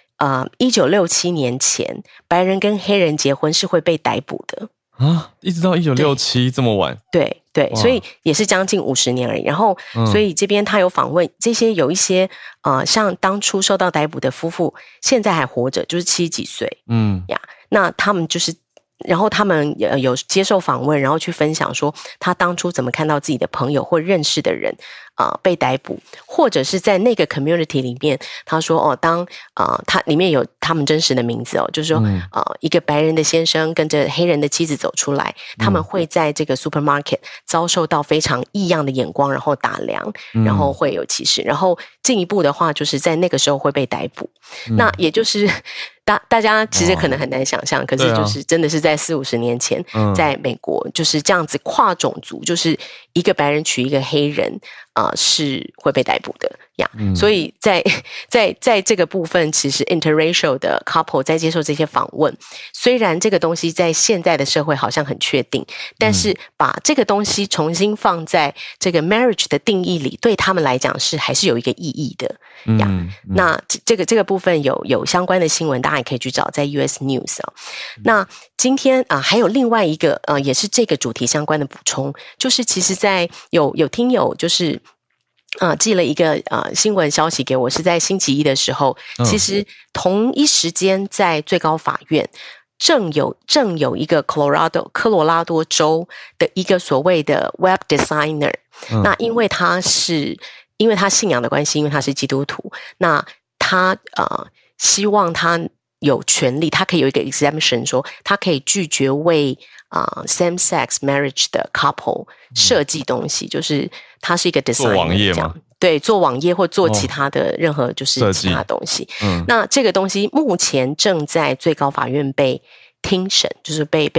1967年前，白人跟黑人结婚是会被逮捕的一直到1967这么晚。 对，所以也是将近50年而已。然后所以这边他有访问这些有一些像当初受到逮捕的夫妇现在还活着，就是70几岁那他们就是然后他们有接受访问，然后去分享说他当初怎么看到自己的朋友或认识的人被逮捕，或者是在那个 community 里面，他说当他里面有他们真实的名字就是说一个白人的先生跟着黑人的妻子走出来，他们会在这个 supermarket 遭受到非常异样的眼光，然后打量，然后会有歧视，然后进一步的话就是在那个时候会被逮捕。那也就是大家其实可能很难想象，可是就是真的是在40-50年前在美国就是这样子跨种族，就是一个白人娶一个黑人是会被逮捕的所以在这个部分，其实 interracial 的 couple 在接受这些访问，虽然这个东西在现在的社会好像很确定，但是把这个东西重新放在这个 marriage 的定义里，对他们来讲是还是有一个意义的那这个部分有相关的新闻，大家也可以去找在 US News 那今天还有另外一个也是这个主题相关的补充，就是其实在有听友就是寄了一个新闻消息给我，是在星期一的时候，其实同一时间在最高法院正有一个科罗拉多州的一个所谓的 web designer那因为他信仰的关系，因为他是基督徒，那他希望他有权利，他可以有一个 exemption 说他可以拒绝为same sex marriage 的 couple 设计东西，就是他是一个 designer 做网页吗？ 对，做网页或做其他的任何就是其他东西那这个东西目前正在最高法院被听审，就是被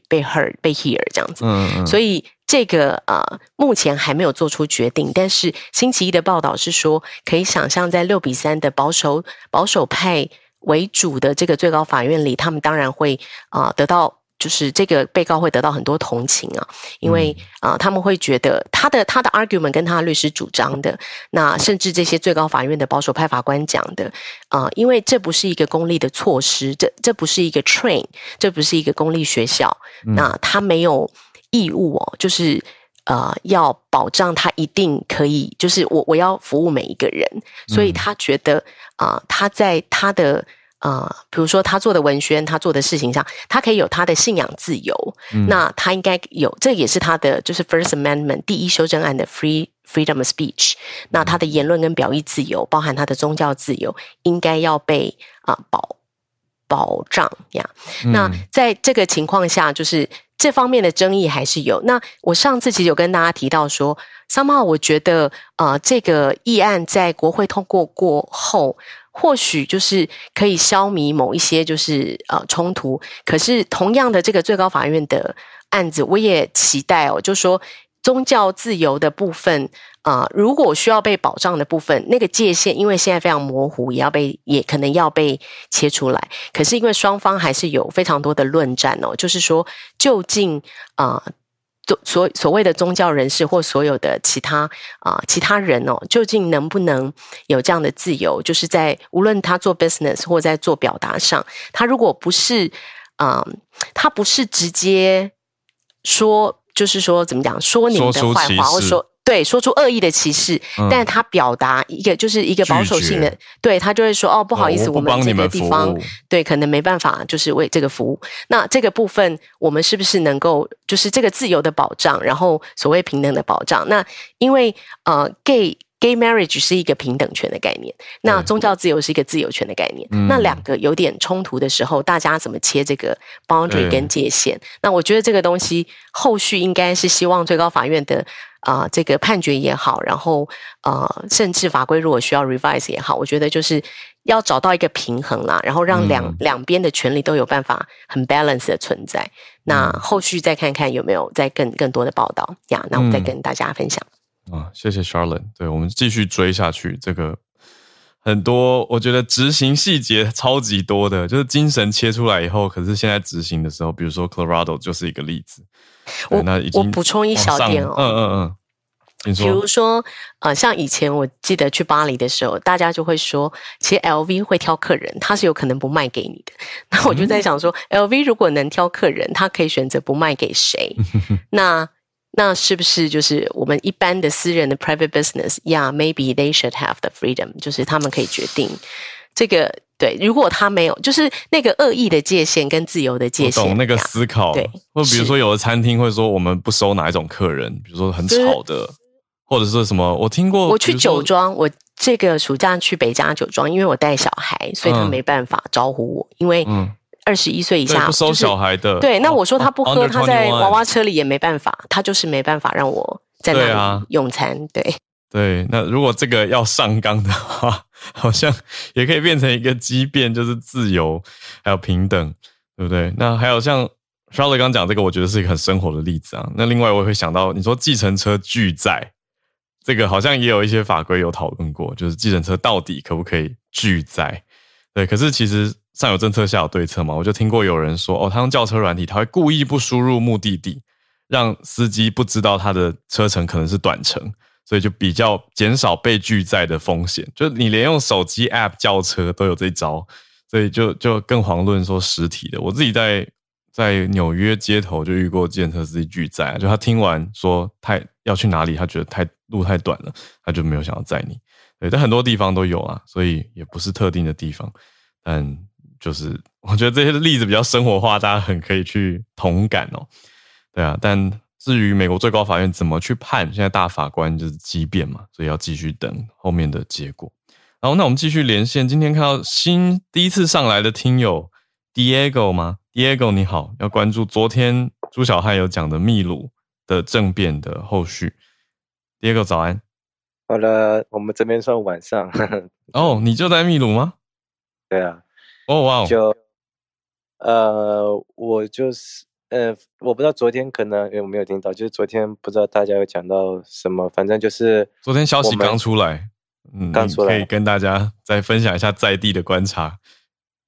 hear 这样子所以这个目前还没有做出决定，但是星期一的报道是说可以想象在6-3的保守派为主的这个最高法院里，他们当然会得到。就是这个被告会得到很多同情啊，因为他们会觉得他的 argument 跟他的律师主张的，那甚至这些最高法院的保守派法官讲的，因为这不是一个公立的措施，这不是一个 train， 这不是一个公立学校，那他没有义务就是要保障他一定可以，就是我要服务每一个人，所以他觉得他在他的。比如说他做的文宣，他做的事情上，他可以有他的信仰自由，那他应该有，这也是他的就是 First Amendment 第一修正案的 freedom of speech， 那他的言论跟表意自由，包含他的宗教自由，应该要被保障呀。那在这个情况下，就是这方面的争议还是有。那我上次其实有跟大家提到说，somehow我觉得这个议案在国会通过过后。或许就是可以消弭某一些就是冲突，可是同样的这个最高法院的案子，我也期待就是说宗教自由的部分如果需要被保障的部分，那个界限因为现在非常模糊，也可能要被切出来。可是因为双方还是有非常多的论战就是说究竟所谓的宗教人士或所有的其他人究竟能不能有这样的自由？就是在无论他做 business 或在做表达上，他如果不是他不是直接说，就是说怎么讲，说你的坏话，或说对说出恶意的歧视，但是他表达一个就是一个保守性的，对他就会说不好意思，我们这个地方对可能没办法就是为这个服务。那这个部分我们是不是能够就是这个自由的保障，然后所谓平等的保障？那因为gay marriage 是一个平等权的概念，那宗教自由是一个自由权的概念，那两个有点冲突的时候，大家怎么切这个 boundary 跟界限？那我觉得这个东西后续应该是希望最高法院的这个判决也好，然后甚至法规如果需要 revise 也好，我觉得就是要找到一个平衡啦，然后让两边的权利都有办法很 balance 的存在。那后续再看看有没有再更多的报道呀，那我们再跟大家分享。 谢谢 Charlotte， 对，我们继续追下去。这个很多我觉得执行细节超级多的，就是精神切出来以后，可是现在执行的时候，比如说 Colorado 就是一个例子。 我补充一小点你说， 比如说像以前我记得去巴黎的时候，大家就会说，其实 LV 会挑客人，他是有可能不卖给你的。那我就在想说，LV 如果能挑客人，他可以选择不卖给谁？那是不是就是我们一般的私人的 private business， maybe they should have the freedom， 就是他们可以决定这个。对，如果他没有，就是那个恶意的界限跟自由的界限， 我懂那个思考。对，或比如说有的餐厅会说我们不收哪一种客人，比如说很吵的，或者是什么，我听过。 我去酒庄，我这个暑假去北加酒庄，因为我带小孩，所以他没办法招呼我，因为21岁以下不收小孩的。 对，那我说他不喝，他在娃娃车里也没办法，他就是没办法让我在那里用餐。 对，那如果这个要上纲的话，好像也可以变成一个畸变，就是自由还有平等，对不对？那还有像 Charlotte 刚讲这个，我觉得是一个很生活的例子啊。那另外我也会想到，你说计程车拒载，这个好像也有一些法规有讨论过，就是计程车到底可不可以拒载？对，可是其实上有政策下有对策嘛。我就听过有人说，他用轿车软体，他会故意不输入目的地，让司机不知道他的车程可能是短程。所以就比较减少被拒载的风险，就你连用手机 app 叫车都有这一招，所以就更遑论说实体的。我自己在纽约街头就遇过计程车司机拒载，就他听完说他要去哪里，他觉得路太短了，他就没有想要载你。对，但很多地方都有啊，所以也不是特定的地方，但就是我觉得这些例子比较生活化，大家很可以去同感对啊，但至于美国最高法院怎么去判，现在大法官就是激辩嘛，所以要继续等后面的结果。然后那我们继续连线，今天看到第一次上来的听友 Diego 吗？ Diego 你好，要关注昨天朱小汉有讲的秘鲁的政变的后续。 Diego 早安。 好了，我们这边算晚上。 你就在秘鲁吗？ 对啊。 哇我就是我不知道昨天可能我没有听到，就是昨天不知道大家有讲到什么，反正就是昨天消息刚出来， 刚出来， 可以跟大家再分享一下在地的观察。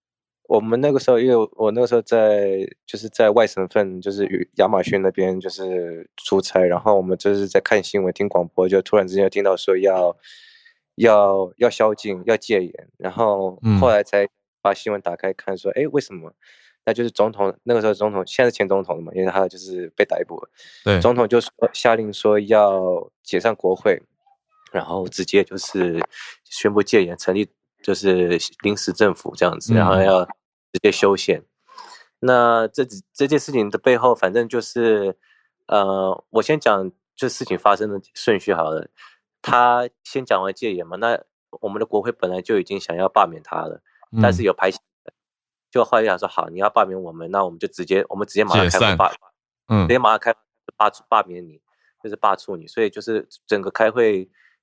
我们那个时候，因为我那个时候在外省份，就是亚马逊那边就是出差，然后我们就是在看新闻、听广播，就突然之间就听到说要宵禁、要戒严，然后后来才把新闻打开看，说为什么？那就是总统那个时候总统现在是前总统了嘛，因为他就是被逮捕了。 对， 总统就下令说要解散国会，然后直接就是宣布戒严，成立就是临时政府这样子，然后要直接修宪。那这件事情的背后，反正就是我先讲这事情发生的顺序好了。他先讲完戒严嘛，那我们的国会本来就已经想要罢免他了，但是有排挤。就后来想说好，你要罢免我们，那我们直接马上开会直接马上开罢免你，就是罢黜你，所以就是整个开会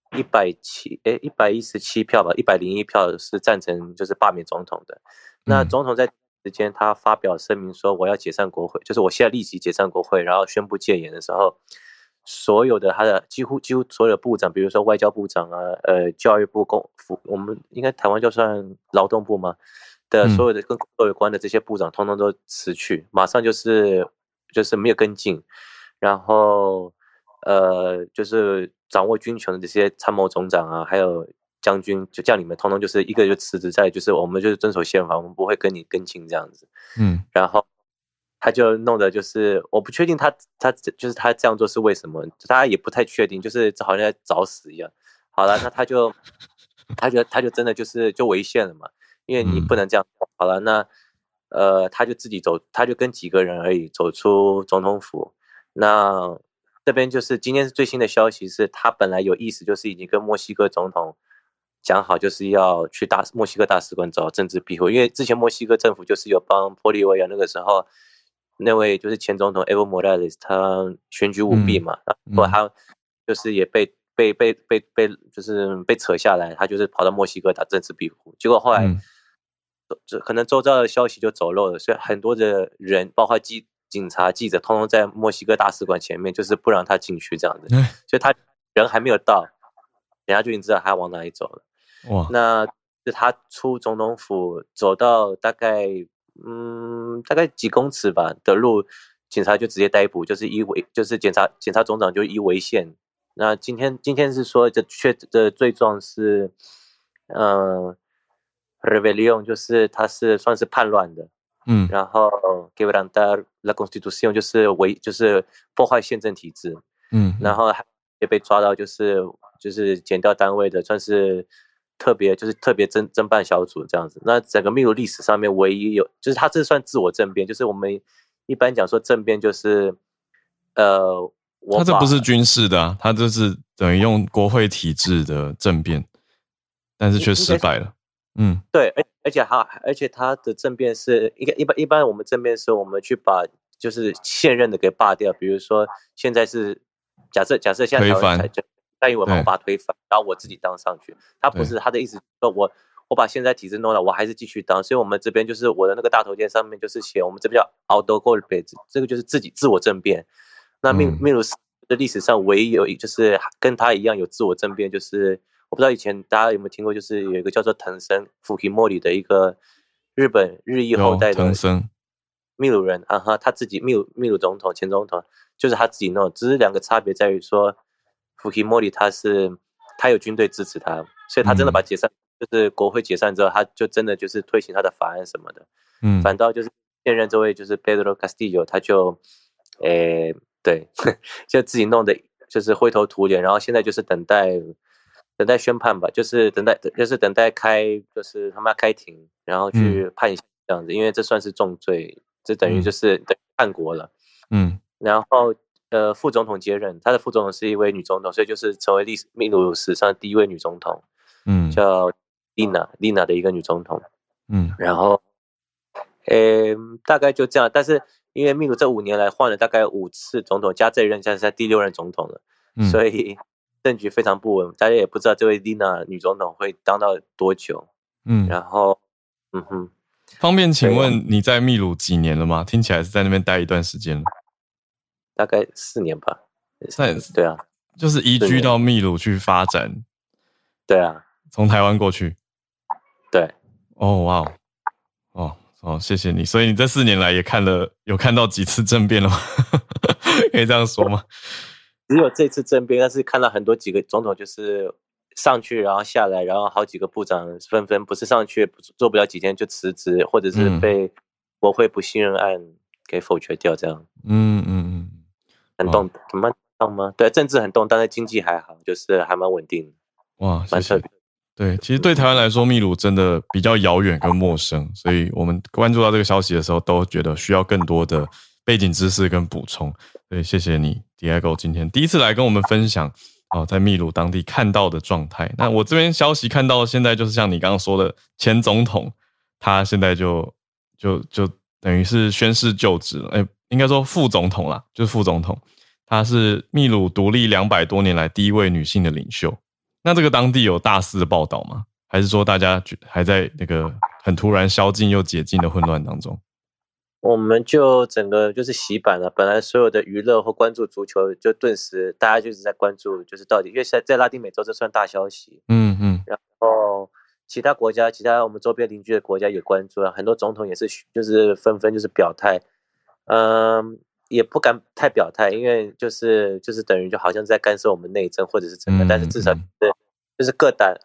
117票吧，101票是赞成就是罢免总统的。那总统在之间他发表声明说我要解散国会，就是我现在立即解散国会，然后宣布戒严的时候，所有的他的几乎所有的部长，比如说外交部长啊，教育部我们应该台湾就算劳动部吗？的所有的跟工作有关的这些部长通通都辞去，马上就是没有跟进，然后就是掌握军权的这些参谋总长啊，还有将军将领们通通就是一个就辞职在，就是我们就是遵守宪法，我们不会跟你跟进这样子。然后他就弄得就是我不确定他就是他这样做是为什么，大家也不太确定，就是好像在找死一样。好了，那他就真的就违宪了嘛。因为你不能这样。好了，那他就自己走，他就跟几个人而已走出总统府。那这边就是今天是最新的消息，是他本来有意思，就是已经跟墨西哥总统讲好，就是要去墨西哥大使馆找政治庇护，因为之前墨西哥政府就是有帮玻利维亚那个时候那位就是前总统 Evo Morales 他选举舞弊嘛，然后他就是也被就是被扯下来，他就是跑到墨西哥打政治庇护，结果后来可能周遭的消息就走漏了，所以很多的人包括警察记者通通在墨西哥大使馆前面，就是不让他进去这样子，所以他人还没有到，人家就已经知道他往哪里走了。哇！那就他出总统府走到大概几公尺吧的路，警察就直接逮捕，就是就是检察总长就依违宪。那今天是说的罪状是rebelión， 就是他是算是叛乱的，然后 quebrantar la constitución 就是破坏宪政体制，然后也被抓到就是检调单位的算是特别侦办小组这样子。那整个秘鲁历史上面唯一有就是他这算自我政变，就是我们一般讲说政变就是他这不是军事的啊，他就是等于用国会体制的政变，但是却失败了。 对，而且他的政变是一般我们政变的时候，我们去把就是现任的给罢掉，比如说现在是假设现在台湾蔡英文我把他推翻，然后我自己当上去，他不是他的意思说我把现在体制弄了，我还是继续当，所以我们这边就是我的那个大头贴上面就是写我们这边叫 autogolpe， 这个就是自我政变。那秘鲁的历史上唯一有就是跟他一样有自我政变，就是我不知道以前大家有没有听过，就是有一个叫做藤森Fukimori的一个日本日裔后代的秘鲁人啊哈，他自己秘鲁总统前总统就是他自己弄，只是两个差别在于说 Fukimori 他有军队支持他，所以他真的把解散就是国会解散之后，他就真的就是推行他的法案什么的，反倒就是现任这位就是 Pedro Castillo 他就对，就自己弄的，就是灰头土脸，然后现在就是等待宣判吧，就是等待就是他们要开庭，然后去判一下这样子，因为这算是重罪，这等于就是叛国了。然后副总统接任，他的副总统是一位女总统，所以就是成为秘鲁史上第一位女总统，叫Lina 的一个女总统。然后大概就这样，但是因为秘鲁这5年来换了大概5次总统，加这一任现在是在第6任总统了，所以政局非常不稳，大家也不知道这位 Lina 女总统会当到多久。然后方便请问你在秘鲁几年了吗？听起来是在那边待一段时间了。 大概4年吧。对啊， 就是移居到秘鲁去发展。 对啊， 从台湾过去。 对。 哦哇哦， 哦，谢谢你。所以你这4年来也有看到几次政变了吗？可以这样说吗？ 只有这次政变，但是看到几个总统就是上去然后下来，然后好几个部长纷纷不是上去做不了几天就辞职，或者是被国会不信任案给否决掉，这样。很动吗？对，政治很动，但是经济还好，就是还蛮稳定的。 哇，蛮特别。对，其实对台湾来说，秘鲁真的比较遥远跟陌生，所以我们关注到这个消息的时候，都觉得需要更多的背景知识跟补充。所以谢谢你 Diego 今天第一次来跟我们分享在秘鲁当地看到的状态。那我这边消息看到现在就是像你刚刚说的，前总统他现在就等于是宣誓就职了，应该说副总统啦，就是副总统，她是秘鲁独立200多年来第一位女性的领袖。那这个当地有大肆的报道吗？还是说大家还在那个很突然宵禁又解禁的混乱当中？ 我们就整个就是洗版了，本来所有的娱乐或关注足球，就顿时大家就一直在关注，就是到底，因为在拉丁美洲这算大消息，然后其他国家，其他我们周边邻居的国家也关注了，很多总统也是就是纷纷就是表态，也不敢太表态，因为就是等于就好像在干涉我们内政或者是怎么样，但是至少就是各打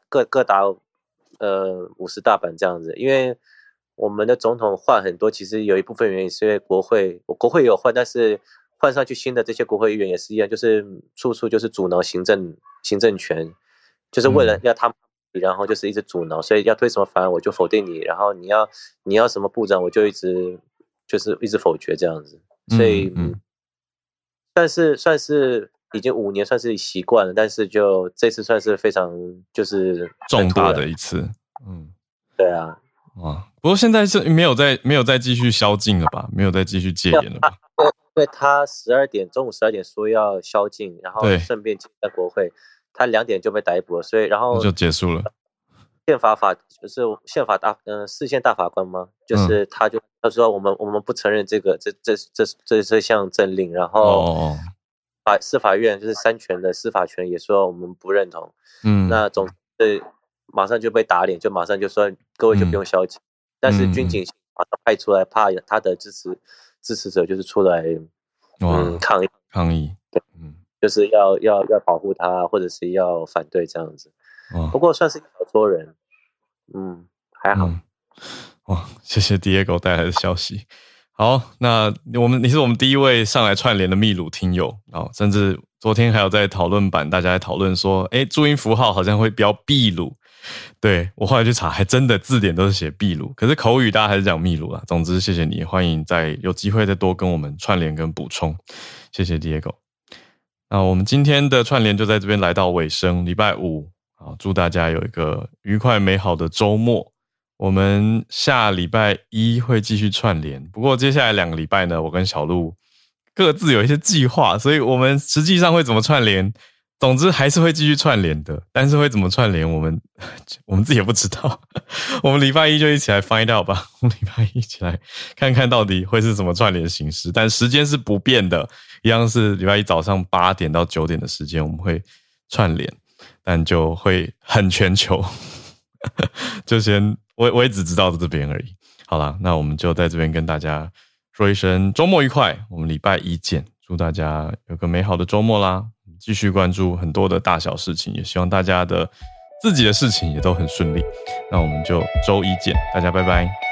50大板这样子，因为我们的总统换很多，其实有一部分原因是因为国会也有换，但是换上去新的这些国会议员也是一样，就是处处就是阻挠行政权，就是为了要他们，然后就是一直阻挠，所以要推什么法案我就否定你，然后你要什么部长我就一直否决这样子，所以算是已经5年算是习惯了，但是就这次算是非常就是重大的一次， 对啊。 哇！不过现在是没有再继续宵禁了吧？没有再继续戒严了吧？ 因为他中午12点说要宵禁，然后顺便进在国会，他2点就被逮捕了，所以然后就结束了。 就是宪法释宪大法官吗？就是他说我们不承认这项政令，然后司法院就是3权的司法权也说我们不认同，那总之马上就被打脸，就马上就说各位就不用宵禁，但是军警马上派出来，怕他的支持者就是出来抗议， 对，就是要保护他，或者是要反对这样子。不过算是一小撮人，还好。 哇，谢谢 Diego 带来的消息。好，那你是我们第一位上来串联的秘鲁听友甚至昨天还有在讨论版大家在讨论说，注音符号好像会标秘鲁。对，我后来去查，还真的字典都是写秘鲁，可是口语大家还是讲秘鲁啦。总之谢谢你，欢迎再有机会再多跟我们串联跟补充，谢谢 Diego。那我们今天的串联就在这边来到尾声，礼拜5，祝大家有一个愉快美好的周末。我们下礼拜1会继续串联，不过接下来2个礼拜呢，我跟小鹿各自有一些计划，所以我们实际上会怎么串联，总之还是会继续串联的，但是会怎么串联我们自己也不知道。我们礼拜1就一起来 find out 吧，我们礼拜1一起来看看到底会是什么串联形式，但时间是不变的，一样是礼拜1早上8点到9点的时间我们会串联，但就会很全球。就先我也只知道这边而已。好啦，那我们就在这边跟大家说一声周末愉快，我们礼拜1见，祝大家有个美好的周末啦，继续关注很多的大小事情，也希望大家的自己的事情也都很顺利。那我们就周1见，大家拜拜。